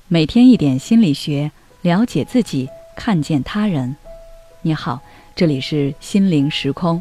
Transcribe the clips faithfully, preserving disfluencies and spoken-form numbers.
每天一点心理学，了解自己，看见他人。你好，这里是心灵时空。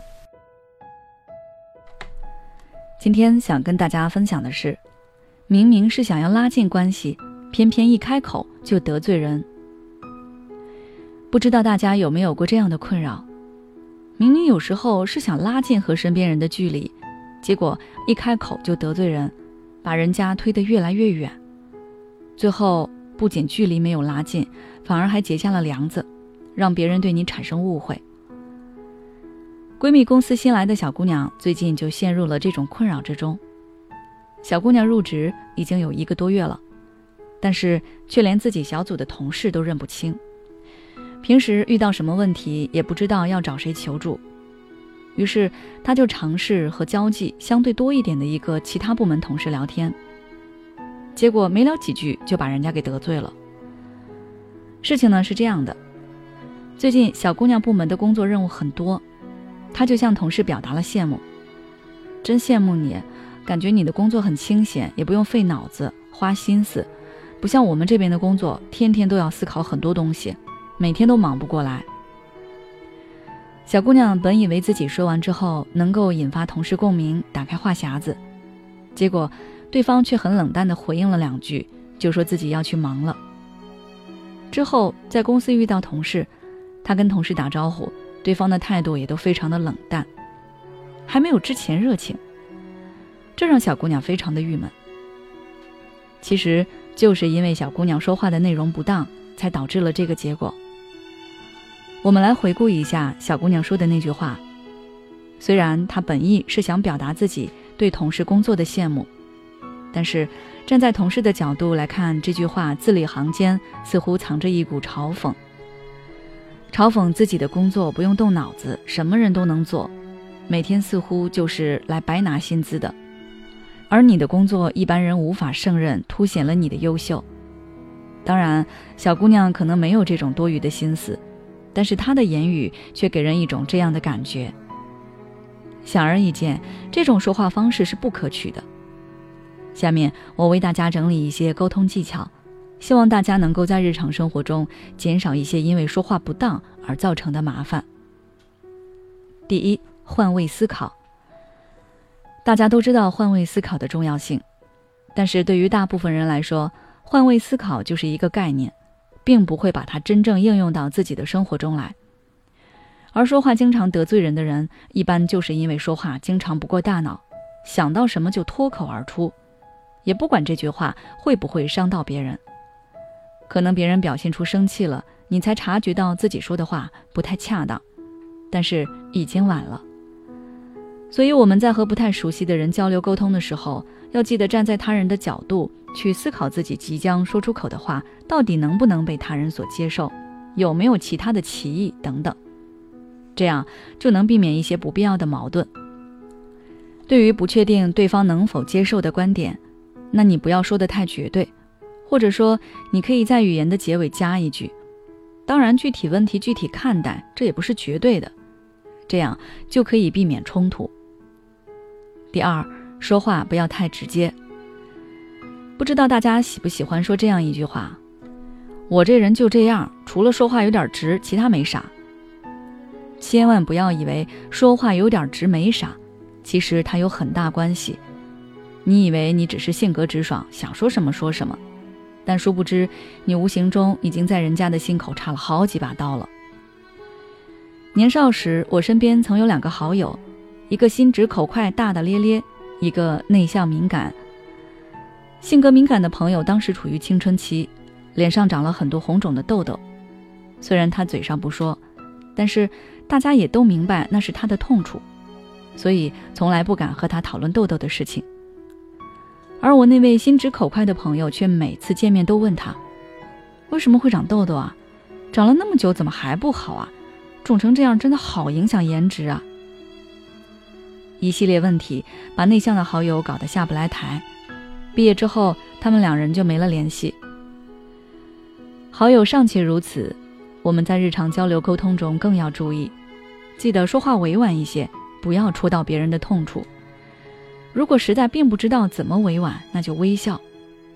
今天想跟大家分享的是，明明是想要拉近关系，偏偏一开口就得罪人。不知道大家有没有过这样的困扰？明明有时候是想拉近和身边人的距离，结果一开口就得罪人，把人家推得越来越远，最后不仅距离没有拉近，反而还结下了梁子，让别人对你产生误会。闺蜜公司新来的小姑娘最近就陷入了这种困扰之中。小姑娘入职已经有一个多月了，但是却连自己小组的同事都认不清，平时遇到什么问题也不知道要找谁求助。于是她就尝试和交际相对多一点的一个其他部门同事聊天，结果没聊几句就把人家给得罪了。事情呢是这样的，最近小姑娘部门的工作任务很多，她就向同事表达了羡慕。真羡慕你，感觉你的工作很清闲，也不用费脑子花心思，不像我们这边的工作天天都要思考很多东西，每天都忙不过来。小姑娘本以为自己说完之后能够引发同事共鸣，打开话匣子，结果对方却很冷淡地回应了两句，就说自己要去忙了。之后在公司遇到同事，她跟同事打招呼，对方的态度也都非常的冷淡，还没有之前热情，这让小姑娘非常的郁闷。其实就是因为小姑娘说话的内容不当，才导致了这个结果。我们来回顾一下小姑娘说的那句话，虽然她本意是想表达自己对同事工作的羡慕，但是站在同事的角度来看，这句话字里行间似乎藏着一股嘲讽，嘲讽自己的工作不用动脑子，什么人都能做，每天似乎就是来白拿薪资的，而你的工作一般人无法胜任，凸显了你的优秀。当然小姑娘可能没有这种多余的心思，但是她的言语却给人一种这样的感觉。显而易见，这种说话方式是不可取的。下面我为大家整理一些沟通技巧，希望大家能够在日常生活中减少一些因为说话不当而造成的麻烦。第一，换位思考。大家都知道换位思考的重要性，但是对于大部分人来说，换位思考就是一个概念，并不会把它真正应用到自己的生活中来。而说话经常得罪人的人，一般就是因为说话经常不过大脑，想到什么就脱口而出，也不管这句话会不会伤到别人。可能别人表现出生气了，你才察觉到自己说的话不太恰当，但是已经晚了。所以我们在和不太熟悉的人交流沟通的时候，要记得站在他人的角度去思考自己即将说出口的话到底能不能被他人所接受，有没有其他的歧义等等，这样就能避免一些不必要的矛盾。对于不确定对方能否接受的观点，那你不要说得太绝对，或者说你可以在语言的结尾加一句，当然具体问题具体看待，这也不是绝对的，这样就可以避免冲突。第二，说话不要太直接。不知道大家喜不喜欢说这样一句话，我这人就这样，除了说话有点直，其他没啥。千万不要以为说话有点直没啥，其实它有很大关系。你以为你只是性格直爽，想说什么说什么，但殊不知你无形中已经在人家的心口插了好几把刀了。年少时，我身边曾有两个好友，一个心直口快大大咧咧，一个内向敏感。性格敏感的朋友当时处于青春期，脸上长了很多红肿的痘痘，虽然他嘴上不说，但是大家也都明白那是他的痛处，所以从来不敢和他讨论痘痘的事情。而我那位心直口快的朋友却每次见面都问他，为什么会长痘痘啊？长了那么久怎么还不好啊？肿成这样真的好影响颜值啊。一系列问题把内向的好友搞得下不来台，毕业之后他们两人就没了联系。好友尚且如此，我们在日常交流沟通中更要注意，记得说话委婉一些，不要戳到别人的痛处。如果实在并不知道怎么委婉，那就微笑，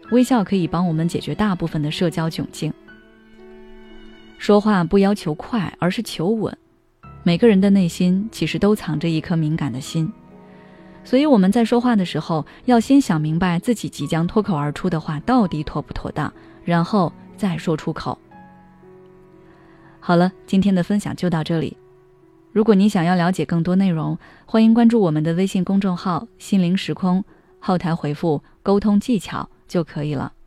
微笑可以帮我们解决大部分的社交窘境。说话不要求快，而是求稳。每个人的内心其实都藏着一颗敏感的心，所以我们在说话的时候，要先想明白自己即将脱口而出的话到底妥不妥当，然后再说出口。好了，今天的分享就到这里。如果你想要了解更多内容，欢迎关注我们的微信公众号心灵时空，后台回复沟通技巧就可以了。